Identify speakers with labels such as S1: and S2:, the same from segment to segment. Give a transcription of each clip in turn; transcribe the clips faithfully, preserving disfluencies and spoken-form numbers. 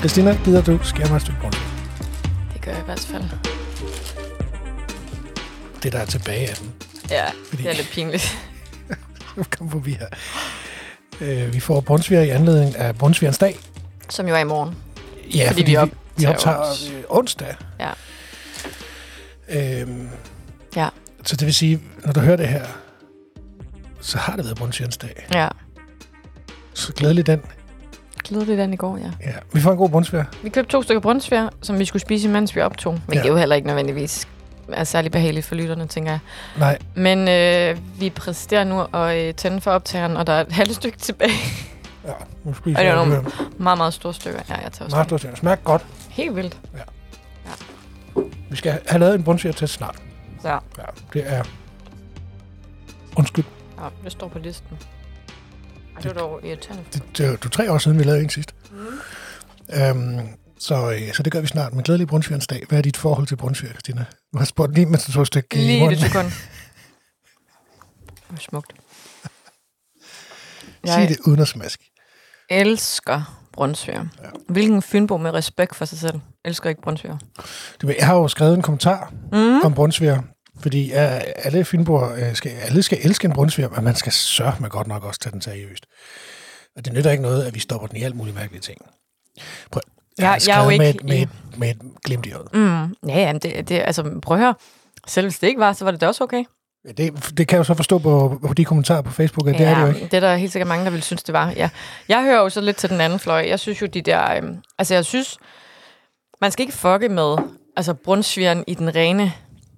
S1: Christina, gider du skære mig et stykke brunsviger?
S2: Det gør jeg i hvert fald.
S1: Det, der er tilbage af den.
S2: Ja, fordi... det er lidt pinligt.
S1: Kom forbi her. Øh, vi får brunsviger i anledning af Brunsvigerens dag.
S2: Som jo er i morgen.
S1: Ja, fordi, fordi vi, op, vi optager øh, onsdag.
S2: Ja.
S1: Øhm,
S2: ja.
S1: Så det vil sige, når du hører det her, så har det været Brunsvigerens dag.
S2: Ja.
S1: Så glædelig den.
S2: Glædelig den i går, ja.
S1: Ja. Vi får en god brunsviger.
S2: Vi købte to stykker brunsviger, som vi skulle spise, mens vi optog. Men ja. Det er jo heller ikke nødvendigvis er særlig behageligt for lytterne, tænker jeg.
S1: Nej.
S2: Men øh, vi præsterer nu at øh, tænde for optageren, og der er et halvt stykke tilbage.
S1: Ja, nu spiser
S2: og det er nogle meget, meget store stykker. Ja, jeg tager også
S1: meget store stykker. Smager godt.
S2: Helt vildt.
S1: Ja. Ja. Vi skal have lavet en brunsviger til snart.
S2: Ja.
S1: Ja, det er... Undskyld.
S2: Ja, det står på listen. Ej, det var dog irriterende.
S1: Det, det, det, det var tre år siden, vi lavede en sidst. Mm. Øhm, så, så det gør vi snart med glædelig Brunsvigerens dag. Hvad er dit forhold til brunsviger, Christina? Du har spurgt lige, mens du tog et stykke
S2: lige
S1: i munden.
S2: Lige et sekund. Det er smukt.
S1: Sig det uden at smaske.
S2: Jeg elsker brunsviger. Ja. Hvilken fynbo med respekt for sig selv elsker ikke brunsviger?
S1: Jeg har jo skrevet en kommentar mm. om brunsviger, fordi uh, alle fynboer uh, skal, alle skal elske en brunsviger, men man skal sørge med godt nok også tage den seriøst. Og det nytter ikke noget, at vi stopper den i alt muligt mærkelige ting. Prøv, jeg har skrevet jeg med, ikke, med, med, med et glimt i øjet.
S2: Mm. Ja, ja, det, det, altså prøv at høre. Selv hvis det ikke var, så var det da også okay.
S1: Ja, det, det kan jeg jo så forstå på, på de kommentarer på Facebook, at ja, det er det jo ikke.
S2: Det er der helt sikkert mange, der vil synes, det var. Ja. Jeg hører jo så lidt til den anden fløj. Jeg synes jo, de der... Øhm, altså, jeg synes, man skal ikke fucke med altså, brunsvigeren i den rene...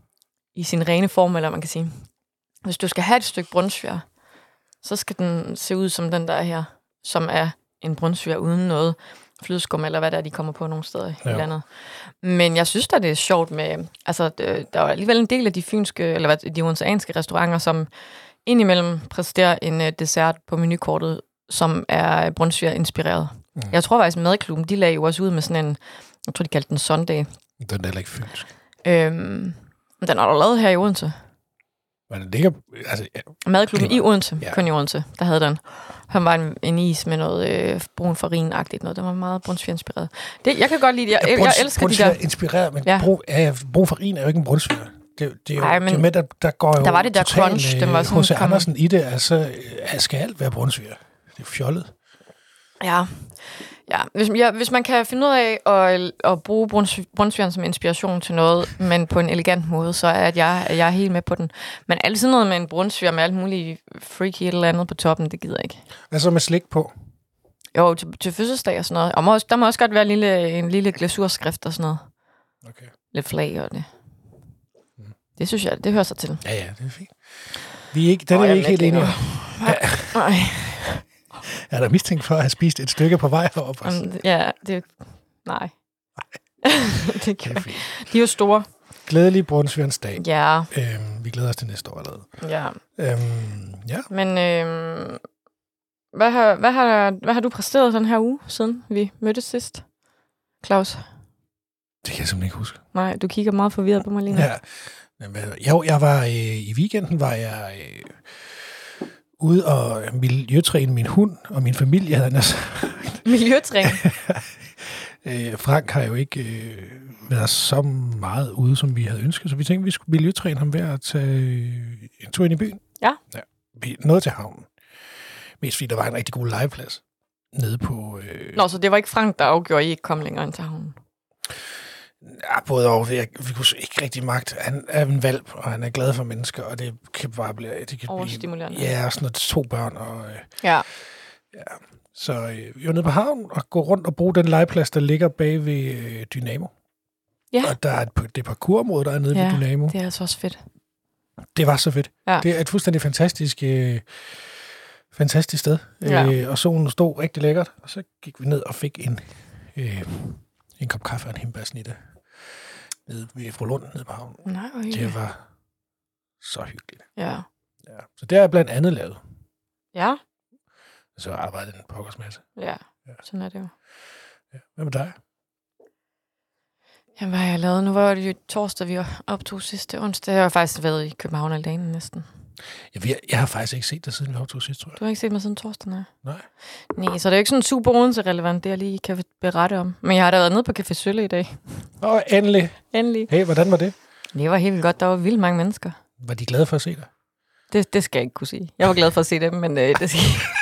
S2: i sin rene form, eller man kan sige. Hvis du skal have et stykke brunsviger, så skal den se ud som den der her, som er en brunsviger uden noget flødeskum, eller hvad der er, de kommer på nogle steder ja. I landet. Men jeg synes da, det er sjovt med... Altså, der er alligevel en del af de fynske, eller hvad, de odenseanske restauranter, som indimellem præsterer en uh, dessert på menukortet, som er brunsviger-inspireret. Mm. Jeg tror faktisk, Madklubben, de lagde jo også ud med sådan en... Jeg tror, de kaldte den Sunday.
S1: Den er heller ikke fynsk.
S2: Øhm, den er der lavet her i Odense.
S1: Men det ligger... Altså, ja.
S2: Madklubben i Odense, ja. Kun i Odense, der havde den. Han var en, en is med noget øh, brun farin-agtigt noget. Den var meget brunsviger-inspireret. Det, jeg kan godt lide det. Jeg, ja, bruns, jeg elsker de der...
S1: inspireret, men ja. brun, ja, brun farin er jo ikke en brunsviger. Det, det er jo
S2: Ej, men,
S1: det er med, der, der går jo
S2: der var det der
S1: total,
S2: crunch. Den var sådan,
S1: H C Andersen i det, altså skal alt være brunsviger. Det er fjollet.
S2: Ja. Ja, hvis, ja, hvis man kan finde ud af at, at bruge brunsvigeren som inspiration til noget, men på en elegant måde, så er at jeg, jeg er helt med på den. Men altid noget med en brunsviger med alt muligt freaky et eller andet på toppen, det gider jeg ikke.
S1: Hvad så med slik på?
S2: Jo, til, til fødselsdag og sådan noget. Og må, der må også godt være en lille, en lille glasurskrift og sådan noget.
S1: Okay.
S2: Lidt flag og det. Mm. Det synes jeg, det hører sig til.
S1: Ja, ja, det er fint. Vi er ikke, den oh, er vi ikke helt enige om.
S2: Nej.
S1: Er der mistænkt for at have spist et stykke på vej herop?
S2: Um, ja, det... Nej. det kan det de er jo store.
S1: Glædelig Brunsvigerens dag.
S2: Ja.
S1: Øhm, vi glæder os til næste år allerede.
S2: Ja.
S1: Øhm, ja.
S2: Men øhm, hvad, har, hvad, har, hvad har du præsteret den her uge, siden vi mødtes sidst, Claus?
S1: Det kan jeg simpelthen ikke huske.
S2: Nej, du kigger meget forvirret på mig lige nu.
S1: Ja. Jo, jeg var øh, i weekenden, var jeg... Øh, ude og miljøtræne min hund og min familie, havde han altså.
S2: Miljøtræne?
S1: Frank har jo ikke øh, været så meget ude, som vi havde ønsket, så vi tænkte, vi skulle miljøtræne ham ved at tage en tur ind i byen.
S2: Ja.
S1: Ja. Vi nåede til havnen. Mest fordi der var en rigtig god legeplads nede på... Øh...
S2: Nå, så det var ikke Frank, der afgjorde, at I ikke kom længere ind til havnen?
S1: Ja, både og. Jeg, vi kunne ikke rigtig magt. Han er en valp, og han er glad for mennesker, og det kan bare blive... Det kan
S2: overstimulerende.
S1: Blive, ja, og sådan noget to børn. Og, øh,
S2: ja.
S1: ja. Så øh, vi var nede på havnen og gå rundt og bruge den legeplads, der ligger bag ved øh, Dynamo.
S2: Ja.
S1: Og der er et, det parkourområde, der er nede
S2: ja,
S1: ved Dynamo.
S2: det er altså også fedt.
S1: Det var så fedt.
S2: Ja.
S1: Det er et fuldstændig fantastisk... Øh, fantastisk sted.
S2: Ja.
S1: Øh, og solen stod rigtig lækkert, og så gik vi ned og fik en, øh, en kop kaffe og en hindbærsnitte nede ved Fru Lund, nede på havnen.
S2: Nej, hvor
S1: det var så hyggeligt.
S2: Ja.
S1: ja. Så det har jeg blandt andet lavet.
S2: Ja.
S1: Så har jeg arbejdet en pokkers masse.
S2: Ja, ja, sådan er det jo.
S1: Ja. Hvad med dig?
S2: Ja, hvad har jeg lavet? Nu var det jo torsdag, vi optog sidste onsdag. Jeg har faktisk været i København alene næsten.
S1: Jeg, jeg, jeg har faktisk ikke set dig siden vi optog sidst, tror jeg.
S2: Du har ikke set mig siden torsdag, nej?
S1: Nej.
S2: Nej, så det er jo ikke sådan super Odense-relevant, det jeg lige kan berette om. Men jeg har da været nede på Café Sølle i dag.
S1: Åh, endelig.
S2: Endelig.
S1: Hey, hvordan var det?
S2: Det var helt vildt godt. Der var vildt mange mennesker.
S1: Var de glade for at se dig?
S2: Det, det skal jeg ikke kunne sige. Jeg var glad for at se dem, men øh, det skal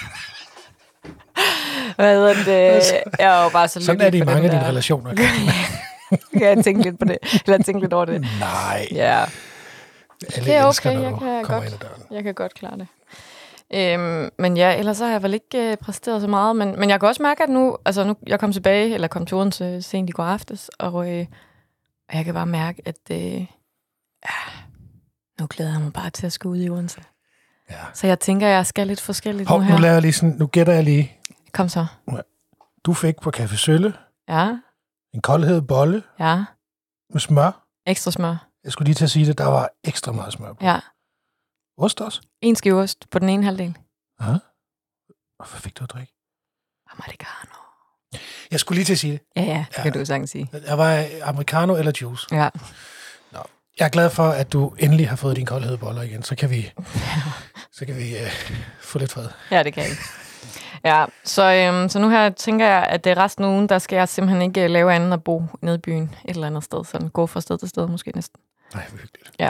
S2: Hvad hedder det? Jeg var bare så lykkelig.
S1: Sådan er det i mange af dine
S2: der.
S1: relationer.
S2: Kan jeg tænke lidt på det? Eller tænke lidt over det?
S1: Nej.
S2: Ja.
S1: Alle
S2: Det er
S1: elsker,
S2: okay,
S1: når
S2: jeg
S1: du
S2: kan,
S1: kommer
S2: godt,
S1: ind ad døren.
S2: jeg kan godt klare det. Øhm, men ja, ellers så har jeg vel ikke øh, præsteret så meget. Men, men jeg kan også mærke, at nu, altså nu, jeg kom tilbage, eller kom til Odense sent i går aftes, og øh, jeg kan bare mærke, at øh, ja, nu glæder jeg mig bare til at skulle ud i Odense.
S1: Ja.
S2: Så jeg tænker, jeg skal lidt forskelligt
S1: Hov,
S2: nu her.
S1: nu, laver jeg lige sådan, nu gætter jeg lige.
S2: Kom så.
S1: Du fik på Café Sølle
S2: Ja,
S1: en koldhed bolle
S2: ja.
S1: med smør.
S2: Ekstra smør.
S1: Jeg skulle lige til at sige det, der var ekstra meget smør på.
S2: Ja.
S1: Ost også?
S2: En skive ost på den ene halvdel.
S1: Ja. Og hvad fik du at drikke?
S2: Americano.
S1: Jeg skulle lige til at sige det.
S2: Ja, ja, det
S1: Ja.
S2: kan du sagtens sige.
S1: Jeg var americano eller juice.
S2: Ja.
S1: Nå. Jeg er glad for, at du endelig har fået din koldhed boller igen. Så kan vi, så kan vi uh, få lidt fred.
S2: Ja, det kan jeg. Ja, så, øhm, så nu her tænker jeg, at det er resten af ugen, der skal jeg simpelthen ikke lave andet at bo nede i byen et eller andet sted. Sådan gå fra sted til sted måske næsten.
S1: Nej, hvor hyggeligt.
S2: Ja.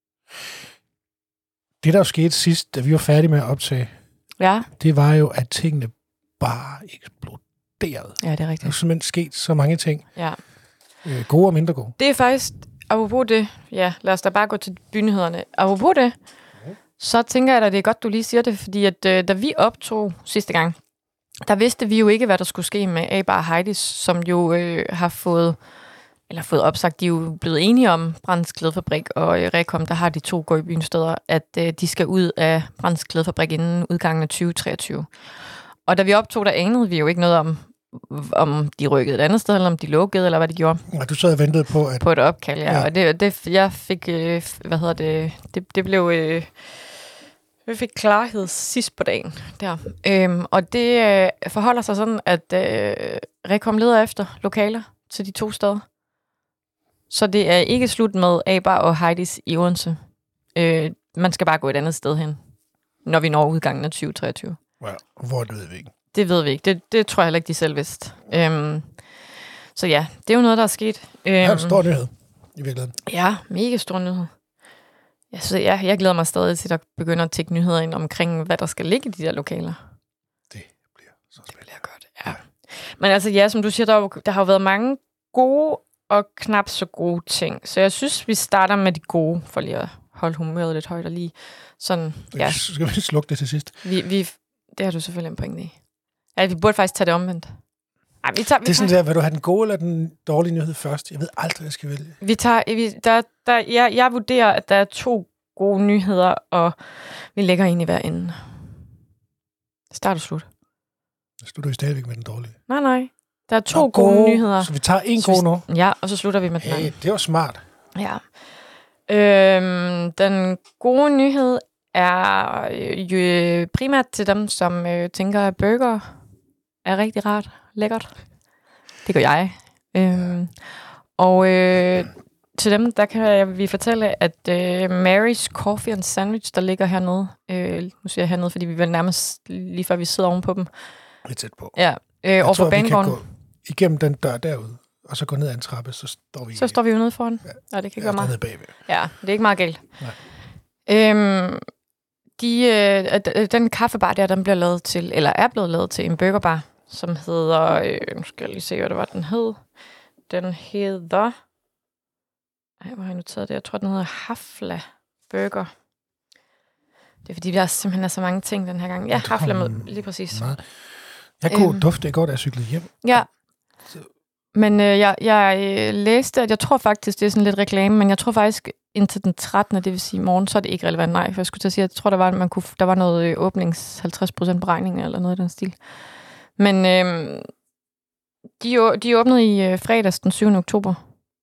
S1: Det, der jo skete sidst, da vi var færdige med at optage,
S2: Ja,
S1: det var jo, at tingene bare eksploderede.
S2: ja, det er
S1: Der er
S2: rigtigt.
S1: simpelthen sket så mange ting.
S2: Ja.
S1: Øh, gode og mindre gode.
S2: Det er faktisk, apropos det, ja, lad os da bare gå til bynyhederne. Apropos det, så tænker jeg da, det er godt, du lige siger det, fordi at øh, da vi optog sidste gang, der vidste vi jo ikke, hvad der skulle ske med A-Bar Heidis, som jo øh, har fået, eller fået opsagt, de er jo blevet enige om Brands Klædefabrik og øh, Rekom, der har de to gå i byen steder, at øh, de skal ud af Brands Klædefabrik inden udgangen af tyve treogtyve. Og da vi optog, der anede vi jo ikke noget om, om de rykkede et andet sted, eller om de lukkede, eller hvad de gjorde.
S1: Og du sad og ventede på, at...
S2: På et opkald, ja.
S1: Ja.
S2: ja. Og det, det, jeg fik, øh, hvad hedder det, det, det blev, øh, vi fik klarhed sidst på dagen der. Øhm, og det øh, forholder sig sådan, at øh, Rekom leder efter lokaler til de to steder. Så det er ikke slut med A-Bar og Heidis i Odense. Øh, man skal bare gå et andet sted hen, når vi når udgangen af tyve treogtyve.
S1: Ja, hvor det ved vi ikke.
S2: Det ved vi ikke. Det, det tror jeg heller ikke, de selv vidste. Øhm, så ja, det er jo noget, der er sket. Øhm,
S1: Det er en stor nyhed, i virkeligheden.
S2: Ja, mega stor nyhed. Ja, så ja, jeg glæder mig stadig til, at der begynder at tække nyheder ind omkring, hvad der skal ligge i de der lokaler.
S1: Det bliver så spændende.
S2: Det bliver godt, ja. Men altså ja, som du siger, der, jo, der har jo været mange gode og knap så gode ting. Så jeg synes, vi starter med de gode, for lige at holde humøret lidt højt og lige sådan, ja.
S1: Skal vi slukke det til sidst?
S2: Vi, vi, det har du selvfølgelig en pointe i. Ja, vi burde faktisk tage det omvendt. Ej, vi tager, vi
S1: Det er sådan
S2: tager,
S1: der, vil du have den gode eller den dårlige nyhed først? Jeg ved aldrig, hvad jeg skal vælge.
S2: vi tager, vi, der, der, jeg, jeg vurderer, at der er to gode nyheder, og vi lægger en i hver ende. Start og slut.
S1: Så slutter vi stadigvæk med den dårlige.
S2: Nej, nej. Der er to
S1: Nå,
S2: gode, gode nyheder.
S1: Så vi tager en
S2: Så
S1: god
S2: vi-
S1: nu.
S2: Ja, og så slutter vi med den
S1: Hey,
S2: anden.
S1: det var smart.
S2: Ja. Øhm, den gode nyhed er øh, jo primært til dem, som øh, tænker, at burger er rigtig rart, lækkert. Det gør jeg. Øhm, og øh, til dem, der kan vi fortælle, at øh, Mary's Coffee and Sandwich, der ligger hernede, øh, nu siger jeg hernede, fordi vi er vel nærmest lige før vi sidder ovenpå dem.
S1: Lidt tæt på.
S2: Ja, øh,
S1: Jeg
S2: over
S1: tror,
S2: for
S1: vi kan
S2: banegården.
S1: gå igennem den dør derude, og så gå ned ad en trappe, så står vi...
S2: Så står vi jo nede foran. Ja, det kan
S1: ja,
S2: gøre meget.
S1: nede bagved.
S2: Ja, det er ikke meget galt.
S1: Nej.
S2: Øhm, de, øh, den kaffebar der, den bliver lavet til, eller er blevet lavet til en burgerbar, som hedder, øh, nu skal jeg lige se, hvad det var, den hed. Den hedder, ej, hvor har jeg nu taget det? Jeg tror, den hedder Hafla Burger. Det er fordi, vi har simpelthen er så mange ting den her gang. Ja,
S1: Det kom
S2: Hafla, med, lige præcis.
S1: Meget. Jeg kunne
S2: Øhm.
S1: dufte i går, da jeg cyklede hjem.
S2: Ja. Men øh, jeg, jeg øh, læste, at jeg tror faktisk, det er sådan lidt reklame, men jeg tror faktisk indtil den trettende, det vil sige i morgen, så er det ikke relevant. Nej, for jeg skulle til at sige, at jeg tror, der var, man kunne, der var noget øh, åbnings halvtreds procent beregning eller noget i den stil. Men øh, de, de åbnede i øh, fredags den syvende oktober.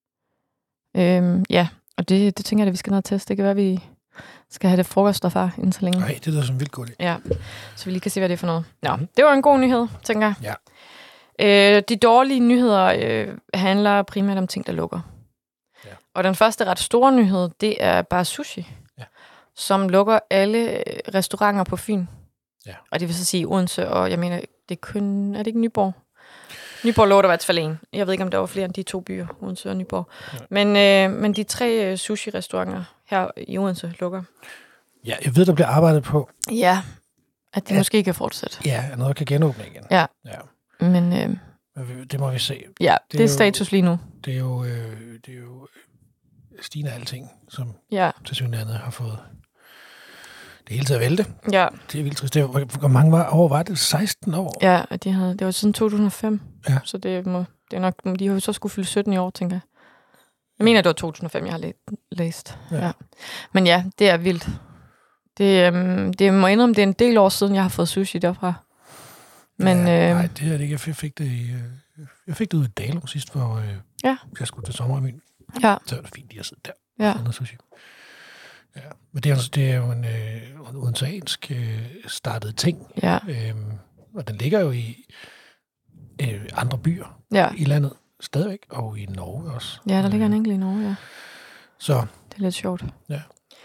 S2: Øh, ja, og det, det tænker jeg, at vi skal ned og teste. Det kan være, vi skal have det frokost derfra inden så længe.
S1: Nej, det lyder som vildt godt.
S2: Ja, så vi lige kan se, hvad det er for noget. Nå, det var en god nyhed, tænker jeg.
S1: Ja.
S2: Øh, de dårlige nyheder øh, handler primært om ting, der lukker.
S1: Ja.
S2: Og den første ret store nyhed, det er bare sushi,
S1: ja.
S2: som lukker alle restauranter på Fyn.
S1: Ja.
S2: Og det vil så sige Odense, og jeg mener, det er kun... Er det ikke Nyborg? Nyborg lå der i hvert fald en. Jeg ved ikke, om der var flere end de to byer, Odense og Nyborg. Ja. Men, øh, men de tre øh, sushi-restauranter her i Odense lukker.
S1: Ja, jeg ved, der bliver arbejdet på.
S2: Ja, at de
S1: ja.
S2: måske kan fortsætte.
S1: Ja, at noget kan genåbne igen.
S2: Ja,
S1: ja.
S2: men... Øh,
S1: det må vi se.
S2: Ja, det, det er
S1: jo,
S2: status lige nu.
S1: Det er jo, øh, det er jo Stine Alting, som
S2: ja.
S1: til synligheden har fået det hele til at vælte.
S2: Ja.
S1: Det er vildt trist. Hvor, hvor mange var, år var det? seksten år?
S2: Ja, de havde, det var siden to tusind og fem.
S1: Ja.
S2: Så det, må, det er nok, de har jo så skulle fylde sytten i år, tænker jeg. Jeg mener, det var to tusind og fem, jeg har læ- læst. Ja. Ja. Men ja, det er vildt. Det, øhm, det må indrømme, det er en del år siden, jeg har fået sushi derfra. Men,
S1: ja,
S2: øh,
S1: nej, det er det ikke. Jeg fik det, i, jeg fik det ud i Dalum sidst, hvor øh,
S2: ja.
S1: jeg skulle til sommer i min.
S2: Ja.
S1: Så var det fint lige at sidde der.
S2: Ja.
S1: Og sushi. Ja. Men det er, det er jo en øh, odenseansk øh, startet ting.
S2: Ja.
S1: Øhm, og den ligger jo i øh, andre byer
S2: ja.
S1: i landet stadigvæk, og i Norge også.
S2: Ja, der ligger en enkelt i Norge, ja.
S1: Så.
S2: Det er lidt sjovt.
S1: Ja.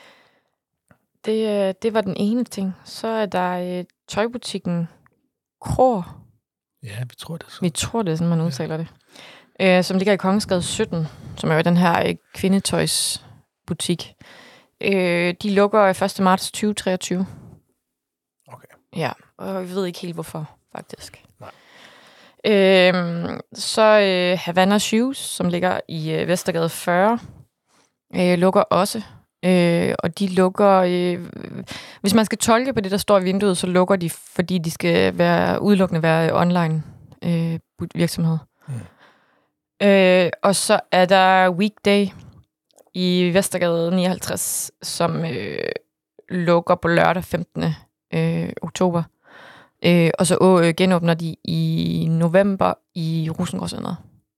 S2: Det, det var den ene ting. Så er der øh, tøjbutikken Kror.
S1: Ja, vi tror det. Så.
S2: Vi tror det, sådan man udtaler ja. det. Øh, som ligger i Kongensgade sytten, som er jo den her øh, kvindetøjsbutik. Øh, de lukker første marts tyve treogtyve.
S1: Okay.
S2: Ja, og jeg ved ikke helt hvorfor, faktisk.
S1: Nej.
S2: Øh, så øh, Havana Shoes, som ligger i øh, Vestergade fyrre, øh, lukker også. Øh, og de lukker... Øh, hvis man skal tolke på det, der står i vinduet, så lukker de, fordi de skal være udelukkende være online øh, virksomhed. Mm. Øh, og så er der Weekday i Vestergade nioghalvtreds, som øh, lukker på lørdag femtende oktober. Øh, og så øh, genåbner de i november i Rosengårdscenteret.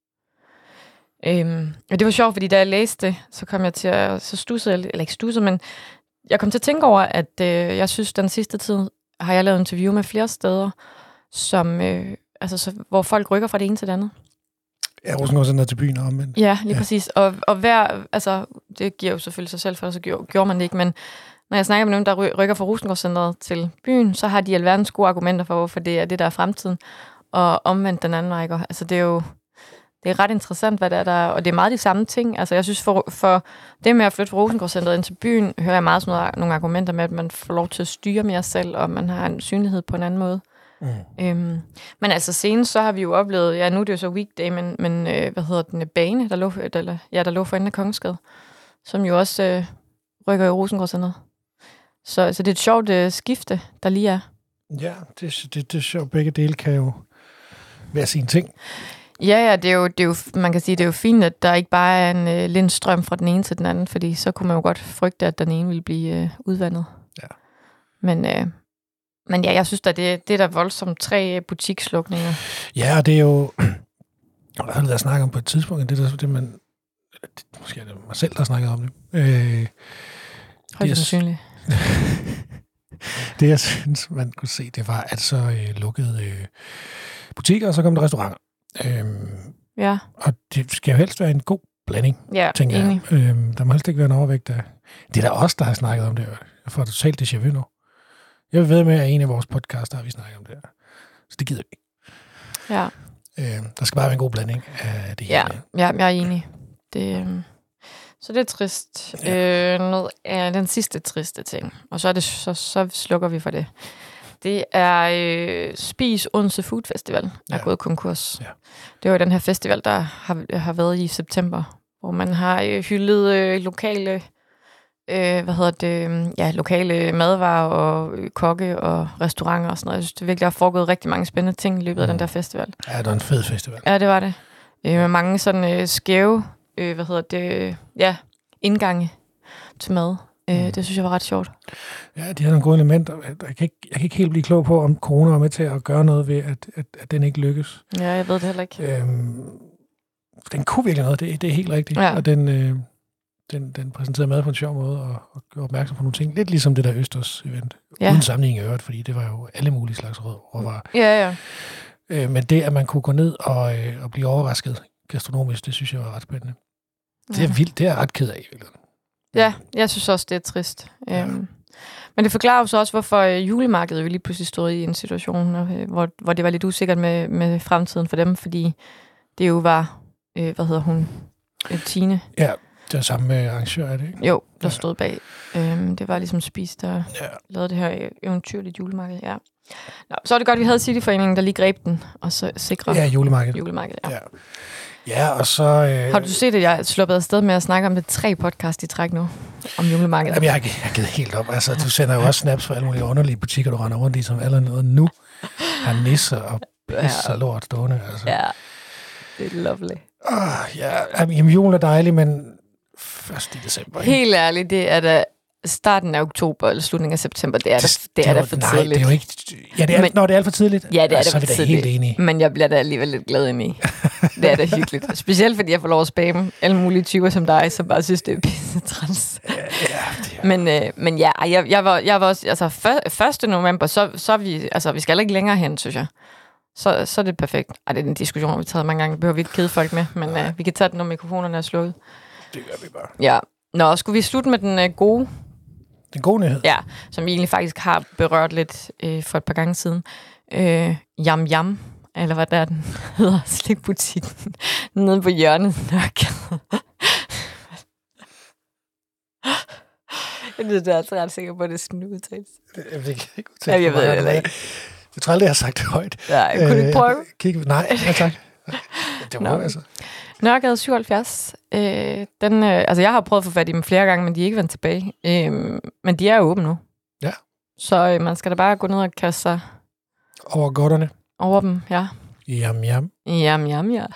S2: Øhm, og det var sjovt, fordi da jeg læste det, så kom jeg til at så stusse, eller ikke stusse, men jeg kom til at tænke over, at øh, jeg synes, den sidste tid har jeg lavet interview med flere steder, som, øh, altså, så, hvor folk rykker fra det ene til det andet.
S1: Ja, Rosengårdscenteret til byen omvendt.
S2: Ja, lige ja. præcis. Og, og hver, altså, det giver jo selvfølgelig sig selv, for så gjorde, gjorde man det ikke, men når jeg snakker med nogen, der rykker fra Rosengårdscenteret til byen, så har de alverdens gode argumenter for, hvorfor det er det, der er fremtiden, og omvendt den anden vej. Altså, det er jo det er ret interessant, hvad det er der, og det er meget de samme ting. Altså, jeg synes, for, for det med at flytte fra Rosengårdscenteret ind til byen, hører jeg meget sådan noget, nogle argumenter med, at man får lov til at styre mere selv, og man har en synlighed på en anden måde. Mm. Øhm, men altså senest, så har vi jo oplevet, ja, nu er det jo så Weekday, men, men øh, hvad hedder den, bane, der lå, der, ja, der lå for enden af Kongensgade, som jo også øh, rykker i Rosengårdscenteret. Så, så det er et sjovt øh, skifte, der lige er.
S1: Ja, det, det, det er sjovt. Begge dele kan jo være sine ting.
S2: Ja, ja, det er, jo, det er jo, man kan sige, det er jo fint, at der ikke bare er en øh, lindstrøm fra den ene til den anden, fordi så kunne man jo godt frygte, at den ene ville blive øh, udvandet. Ja. Men, øh, men ja, jeg synes da, det, det er da voldsomt tre butikslukninger.
S1: Ja, og det er jo, jeg har været snakket om på et tidspunkt, det er det, man, det, måske er det mig selv, der har snakket om det. Øh,
S2: Højst sandsynligt.
S1: Det, jeg synes, man kunne se, det var, at så øh, lukkede øh, butikker, og så kom der restauranter. Øhm,
S2: ja.
S1: Og det skal jo helst være en god blanding,
S2: ja,
S1: tænker jeg. Øhm, der må helst ikke være en overvægt af. Det er der også, der har snakket om det. Jeg får totalt déjà vu nu. Jeg ved med, at en af vores podcaster har vi snakket om det her. Så det gider vi ikke.
S2: Ja.
S1: Øhm, der skal bare være en god blanding af det
S2: ja.
S1: hele.
S2: Ja, jeg er enig. Det, øh... Så det er trist. Ja. Øh, noget er den sidste triste ting. Og så, er det, så, så slukker vi for det. Det er øh, Spis Odense Food Festival, er ja. gået konkurs. Ja. Det var den her festival, der har, har været i september, hvor man har øh, hyldet øh, lokale, øh, hvad hedder det, ja, lokale madvarer og øh, kokke og restauranter og sådan noget. Jeg synes, det virkelig har foregået rigtig mange spændende ting i løbet af mm. den der festival.
S1: Ja, det var en fed festival.
S2: Ja, det var det. Øh, med mange sådan øh, skæve, øh, hvad hedder det, ja, indgange til mad. Øh, mm. Det synes jeg var ret sjovt.
S1: Ja, de har nogle gode elementer. Jeg kan, ikke, jeg kan ikke helt blive klog på, om corona var med til at gøre noget ved, at, at, at den ikke lykkes.
S2: Ja, jeg ved det heller ikke.
S1: Øhm, den kunne virkelig noget, det, det er helt rigtigt.
S2: Ja.
S1: Og den, øh, den, den præsenterede mad på en sjov måde, og, og gjorde opmærksom på nogle ting. Lidt ligesom det der Østers-event.
S2: Ja.
S1: Uden sammenligning i øvrigt, fordi det var jo alle mulige slags råvarer.
S2: Ja, ja.
S1: Øh, men det, at man kunne gå ned og, øh, og blive overrasket gastronomisk, det synes jeg var ret spændende. Ja. Det er vildt, det er jeg ret ked af.
S2: Ja, jeg synes også, det er trist. Ja. Øhm, men det forklarer jo så også, hvorfor øh, julemarkedet jo lige pludselig stod i en situation, øh, hvor, hvor det var lidt usikkert med, med fremtiden for dem, fordi det jo var, øh, hvad hedder hun, øh, Tine.
S1: Ja, det er samme med arrangør, er det ikke?
S2: Jo, der ja. stod bag. Øhm, det var ligesom Spis, der
S1: ja.
S2: lavede det her eventyrlige julemarked, ja. Nå, så var det godt, vi havde Cityforeningen, der lige greb den, og så sikre
S1: ja, julemarkedet.
S2: julemarkedet ja.
S1: Ja. Ja, og så... Øh...
S2: Har du set, at jeg er sluppet afsted med at snakke om det tre podcast i træk nu? Om julemarkedet?
S1: Jamen, jeg har, jeg har givet helt op. Altså, du sender jo også snaps fra alle mulige underlige butikker, du render rundt i, som alle noget nu har nisser og pisse og lort stående. Altså.
S2: Ja, det er lovely.
S1: Oh, ja, jamen, julen er dejlig, men første december. Ikke?
S2: Helt ærligt, det er da starten af oktober eller slutningen af september. Det er da, det, det er da for
S1: nej,
S2: tidligt.
S1: Det er jo ikke... Ja, det er, men, når det er alt for tidligt.
S2: Ja, det er
S1: altså,
S2: det for tidligt.
S1: Så er vi da helt enige.
S2: Men jeg bliver da alligevel lidt glad ind i. Det er da hyggeligt. Specielt fordi jeg får lov at spamme alle mulige typer som dig, som bare synes, det er pisse træls. Ja, ja, det er... Men, øh, men ja, jeg, jeg, var, jeg var også... Altså, første november, så, så er vi... Altså, vi skal ikke længere hen, synes jeg. Så, så er det perfekt. Ej, det er en diskussion, vi har taget mange gange. Behøver vi ikke kede folk med, men øh, vi kan tage den, når mikrofonerne er slukket.
S1: Det gør vi bare.
S2: Ja. Nå, skulle vi slutte med den øh, gode...
S1: Den gode nyhed?
S2: Ja, som vi egentlig faktisk har berørt lidt øh, for et par gange siden. Øh, Yam Yam, eller hvad der den hedder, slikbutikken, nede på hjørnet Nørregade. Jeg er altså ret sikker på, at det er sådan en udtalelse.
S1: Jeg kan ikke udtale
S2: ja, jeg ved det ikke.
S1: Jeg tror aldrig, jeg har sagt det højt.
S2: Nej, kunne du ikke prøve?
S1: Øh, kig, nej, ja, tak. Det var altså.
S2: Nørregade syvoghalvfjerds. Øh, den, øh, altså, jeg har prøvet at få fat i dem flere gange, men de er ikke vendt tilbage. Øh, men de er jo åbne nu.
S1: Ja.
S2: Så øh, man skal da bare gå ned og kaste sig...
S1: Over godterne.
S2: Over dem, ja.
S1: Jam, jam.
S2: Jam, jam, ja.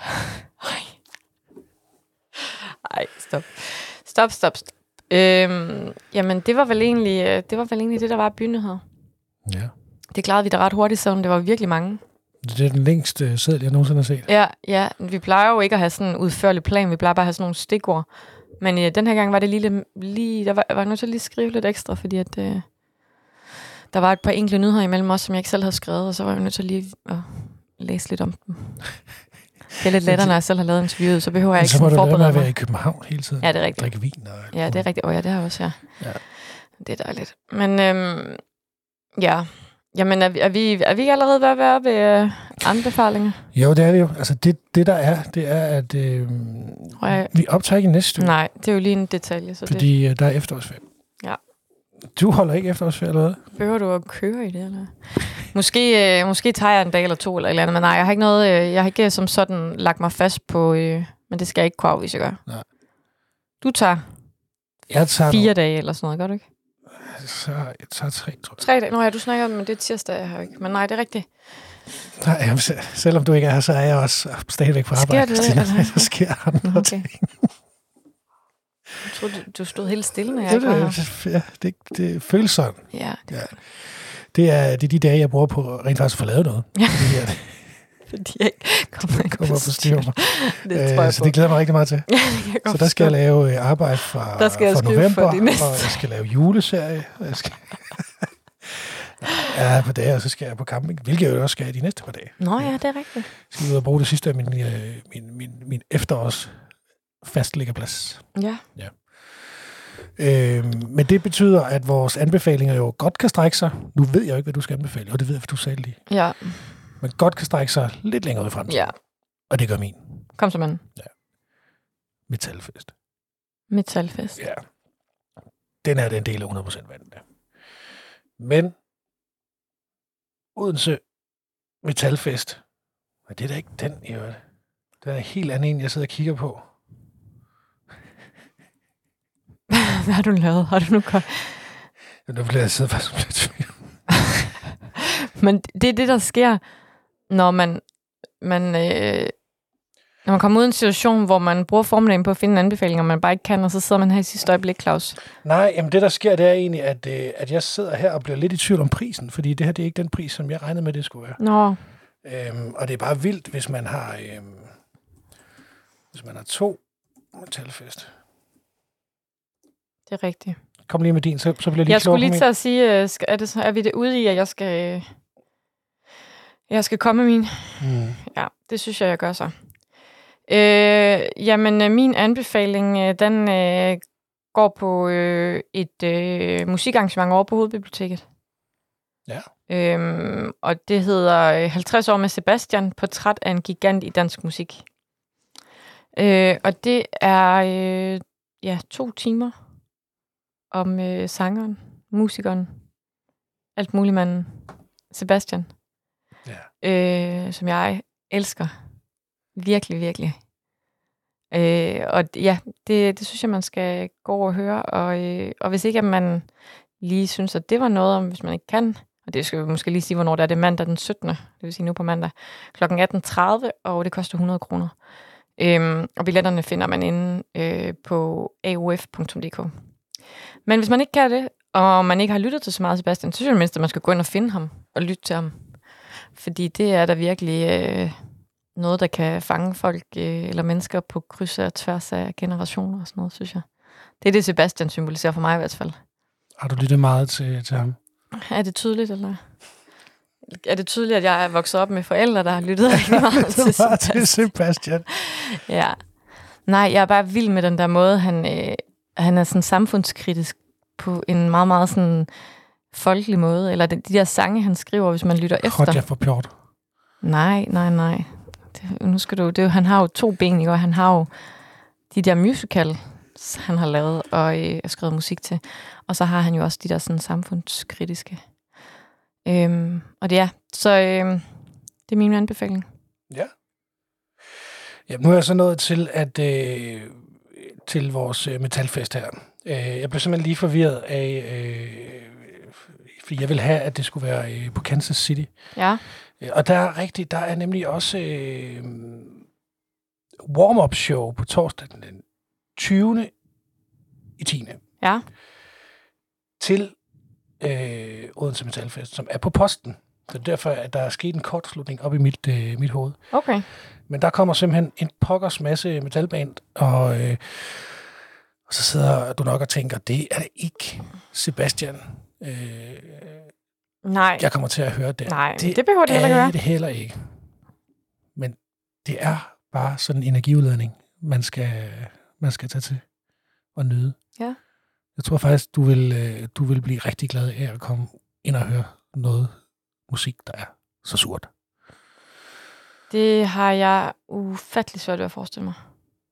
S2: Ej, stop. Stop, stop, stop. Øhm, jamen, det var vel egentlig det, var vel egentlig det der var bynyheder.
S1: Ja.
S2: Det klarede vi da ret hurtigt, så det var virkelig mange.
S1: Det er den længste seddel, jeg nogensinde har set.
S2: Ja, ja. Vi plejer jo ikke at have sådan en udførlig plan. Vi plejer bare at have sådan nogle stikord. Men øh, den her gang var det lige... lige der var, var nødt til at lige skrive lidt ekstra, fordi at, øh, der var et par enkelte nyheder imellem os, som jeg ikke selv havde skrevet, og så var jeg nødt til lige at læse lidt om dem. Det er lidt lettere, når jeg selv har lavet interviewet, så behøver jeg ikke sådan forberede mig. Så må du
S1: være i København hele tiden.
S2: Ja, det er rigtigt.
S1: Drikke vin. Og
S2: ja, det er rigtigt. Åh oh, ja, det har jeg også, ja.
S1: ja.
S2: Det er dejligt. Men øhm, ja, jamen er vi, er, vi, er vi ikke allerede ved at være ved øh, anbefalinger?
S1: Jo, det er vi jo. Altså det, det der er, det er, at øh,
S2: jeg...
S1: vi optager ikke næste uge.
S2: Nej, det er jo lige en detalje. Så
S1: fordi
S2: det...
S1: der er efterårsferie.
S2: Ja.
S1: Du holder ikke efterårsferie eller hvad?
S2: Behøver du at køre i det, eller? Måske, øh, måske tager jeg en dag eller to eller et eller andet, men nej, jeg har ikke noget, øh, jeg har ikke som sådan lagt mig fast på, øh, men det skal jeg ikke kunne afvise at gøre.
S1: Nej.
S2: Du tager,
S1: jeg tager
S2: fire nu. dage eller sådan noget, gør du ikke?
S1: Så jeg tager tre, tror jeg.
S2: Tre dage? Nå ja, du snakker om, men det er tirsdag, jeg har ikke. Men nej, det er rigtigt.
S1: Nej, jamen, selvom du ikke er her, så er jeg også stadigvæk på arbejde.
S2: Sker det?
S1: Det, der sker andre okay. ting.
S2: Jeg troede, du, du stod helt stille, når jeg ikke var her.
S1: Ja, det, det føles sådan.
S2: Ja, det,
S1: ja. Det, er, det er de dage, jeg bruger på rent faktisk at få lavet noget.
S2: Ja.
S1: Fordi, at,
S2: fordi jeg ikke kommer,
S1: kommer på styr mig.
S2: Det tror jeg
S1: så det glæder mig rigtig meget til.
S2: Ja,
S1: så der skal jeg lave arbejde fra,
S2: der skal jeg
S1: fra november,
S2: for
S1: og jeg skal lave juleserie. Og jeg skal ja, på dage, og så skal jeg på camping, hvilket jeg jo også skal de næste par dage.
S2: Nå ja, det er rigtigt.
S1: Jeg skal ud og bruge det sidste af min, min, min, min efterårs fastliggerplads.
S2: Ja.
S1: Ja. Øhm, men det betyder, at vores anbefalinger jo godt kan strække sig. Nu ved jeg jo ikke, hvad du skal anbefale, og det ved jeg, for du sagde lige.
S2: Ja.
S1: Men godt kan strække sig lidt længere ud i fremtiden.
S2: Ja.
S1: Og det gør min.
S2: Kom så, mand.
S1: Ja. Metalfest.
S2: Metalfest.
S1: Ja. Den er den del af hundrede procent vandende. Men Odense Metalfest, og det er da ikke den, i øvrigt. Det er en helt anden en, jeg sidder og kigger på.
S2: Hvad har du lavet? Har du nu godt?
S1: Nu bliver jeg sidde faktisk som lidt tvivl.
S2: Men det er det, der sker, når man, man, øh, når man kommer ud i en situation, hvor man bruger formiddagen på at finde en anbefaling, og man bare ikke kan, og så sidder man her i sidste øjeblik, Claus.
S1: Nej, jamen det, der sker, det er egentlig, at, øh, at jeg sidder her og bliver lidt i tvivl om prisen, fordi det her, det er ikke den pris, som jeg regnede med, det skulle være.
S2: Nå.
S1: Øhm, og det er bare vildt, hvis man har, øhm, hvis man har to Metalfest.
S2: Det er rigtigt.
S1: Kom lige med din, så, så bliver jeg lige
S2: Jeg skulle lige
S1: til
S2: at sige, er, det, er vi det ude i, at jeg skal, jeg skal komme med min?
S1: Mm.
S2: Ja, det synes jeg, jeg gør så. Øh, jamen, min anbefaling, den øh, går på øh, et øh, musikarrangement over på Hovedbiblioteket.
S1: Ja.
S2: Øhm, og det hedder halvtreds år med Sebastian, portræt af en gigant i dansk musik. Øh, og det er øh, ja, to timer om øh, sangeren, musikeren, alt muligt manden, Sebastian.
S1: Ja.
S2: Øh, som jeg elsker. Virkelig, virkelig. Øh, og ja, det, det synes jeg, man skal gå over og høre. Og, øh, og hvis ikke at man lige synes, at det var noget, om hvis man ikke kan, og det skal vi måske lige sige, hvornår det er, det er mandag den syttende, det vil sige nu på mandag, klokken atten tredive, og det koster hundrede kroner. Øhm, og billetterne finder man inde øh, på a o f punktum d k. Men hvis man ikke kan det, og man ikke har lyttet til så meget Sebastian, så synes jeg mindst, at man skal gå ind og finde ham og lytte til ham. Fordi det er der virkelig øh, noget, der kan fange folk øh, eller mennesker på kryds og tværs af generationer og sådan noget, synes jeg. Det er det, Sebastian symboliserer for mig i hvert fald.
S1: Har du lyttet meget til, til ham?
S2: Er det tydeligt, eller? Er det tydeligt, at jeg er vokset op med forældre, der har lyttet rigtig meget til Sebastian?
S1: til Sebastian.
S2: Ja. Nej, jeg er bare vild med den der måde, han, øh, han er sådan samfundskritisk på en meget, meget sådan folkelig måde. Eller de, de der sange, han skriver, hvis man lytter efter.
S1: Hot, jeg for pjort.
S2: Nej, nej, nej. Det, nu skal du, det er jo, han har jo to ben, ikke? Og han har jo de der musical, han har lavet og øh, skrevet musik til. Og så har han jo også de der sådan samfundskritiske. Øhm, og det er, så øh, det er min anbefaling.
S1: Ja. Ja, nu er jeg så nået til, at øh, til vores øh, metalfest her. Øh, jeg blev simpelthen lige forvirret af, øh, fordi jeg vil have, at det skulle være øh, på Kansas City.
S2: Ja.
S1: Og der er rigtigt, der er nemlig også øh, warm-up show på torsdag den tyvende i tiende
S2: Ja.
S1: til øh, Odense Metalfest, som er på posten. Så derfor er der sket en kortslutning op i mit, øh, mit hoved.
S2: Okay.
S1: Men der kommer simpelthen en pokkers masse metalband, og, øh, og så sidder du nok og tænker, det er ikke Sebastian. Øh,
S2: Nej.
S1: jeg kommer til at høre det.
S2: Nej, det, det behøver det heller ikke
S1: er
S2: gøre.
S1: det heller ikke. Men det er bare sådan en energiudladning, man skal, man skal tage til og nyde.
S2: Ja.
S1: Jeg tror faktisk, du vil, øh, du vil blive rigtig glad af at komme ind og høre noget musik, der er så surt.
S2: Det har jeg ufattelig svært ved at forestille mig.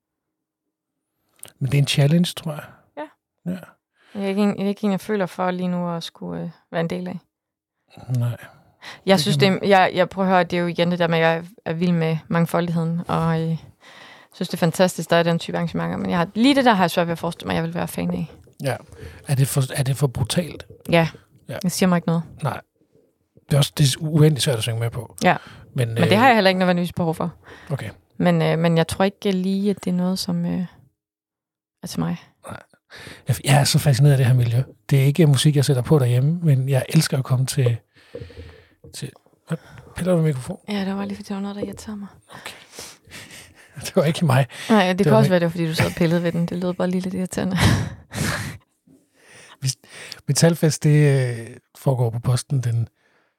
S1: Men det er en challenge, tror jeg.
S2: Ja.
S1: Ja.
S2: Jeg er ikke en, jeg, er ikke en, jeg føler for lige nu at skulle øh, være en del af.
S1: Nej.
S2: Jeg
S1: Det
S2: synes,
S1: kan
S2: det er, jeg, jeg prøver at høre, det er jo igen det der med, at jeg er vild med mangfoldigheden, og jeg synes, det er fantastisk, der er den type arrangementer, men jeg har, lige det der har jeg svært ved at forestille mig, jeg vil være fan af.
S1: Ja. Er det for, er det for brutalt?
S2: Ja,
S1: Ja.
S2: det siger mig ikke noget.
S1: Nej. Det er også det er uendeligt svært at synge med på.
S2: Ja,
S1: Men,
S2: men det har jeg heller ikke nødvendigvis behov for.
S1: Okay.
S2: Men, øh, men jeg tror ikke lige, at det er noget, som øh, er til mig.
S1: Jeg, jeg er så fascineret af det her miljø. Det er ikke musik, jeg sætter på derhjemme, men jeg elsker at komme til... til hvad? Piller du mikrofon?
S2: Ja, det var lige fordi, der var noget, der irriterer mig.
S1: Okay. Det var ikke mig.
S2: Nej, det, det kan
S1: var
S2: også
S1: mig.
S2: være, det var, fordi du sad og pillede ved den. Det lød bare lige lidt irriterende.
S1: Metalfest, det øh, foregår på posten den...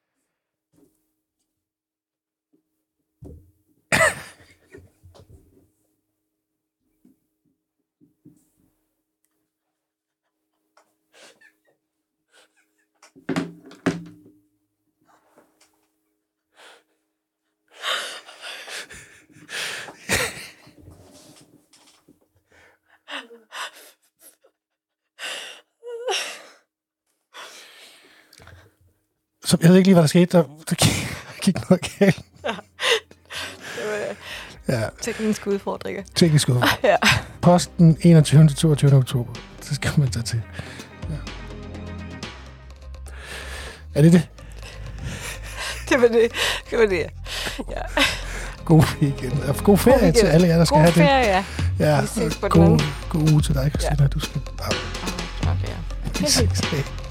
S1: Så jeg ved ikke lige, hvad der skete. Der, der gik, gik noget galt.
S2: Ja. Det var
S1: Ja,
S2: tekniske udfordringer.
S1: teknisk ud.
S2: Ja.
S1: Posten enogtyvende til toogtyvende oktober. Så skal man tage til. Ja. Er det det?
S2: Det var det. Det var det. Ja.
S1: God weekend. Og god ferie
S2: weekend.
S1: til alle jer, der skal
S2: God
S1: have
S2: ferie,
S1: det.
S2: ja.
S1: Ja,
S2: Vi ses på den
S1: god,
S2: anden.
S1: god uge til dig, Christina.
S2: Ja.
S1: Du skal...
S2: Åh, oh, ja.
S1: Vi ses. Hej.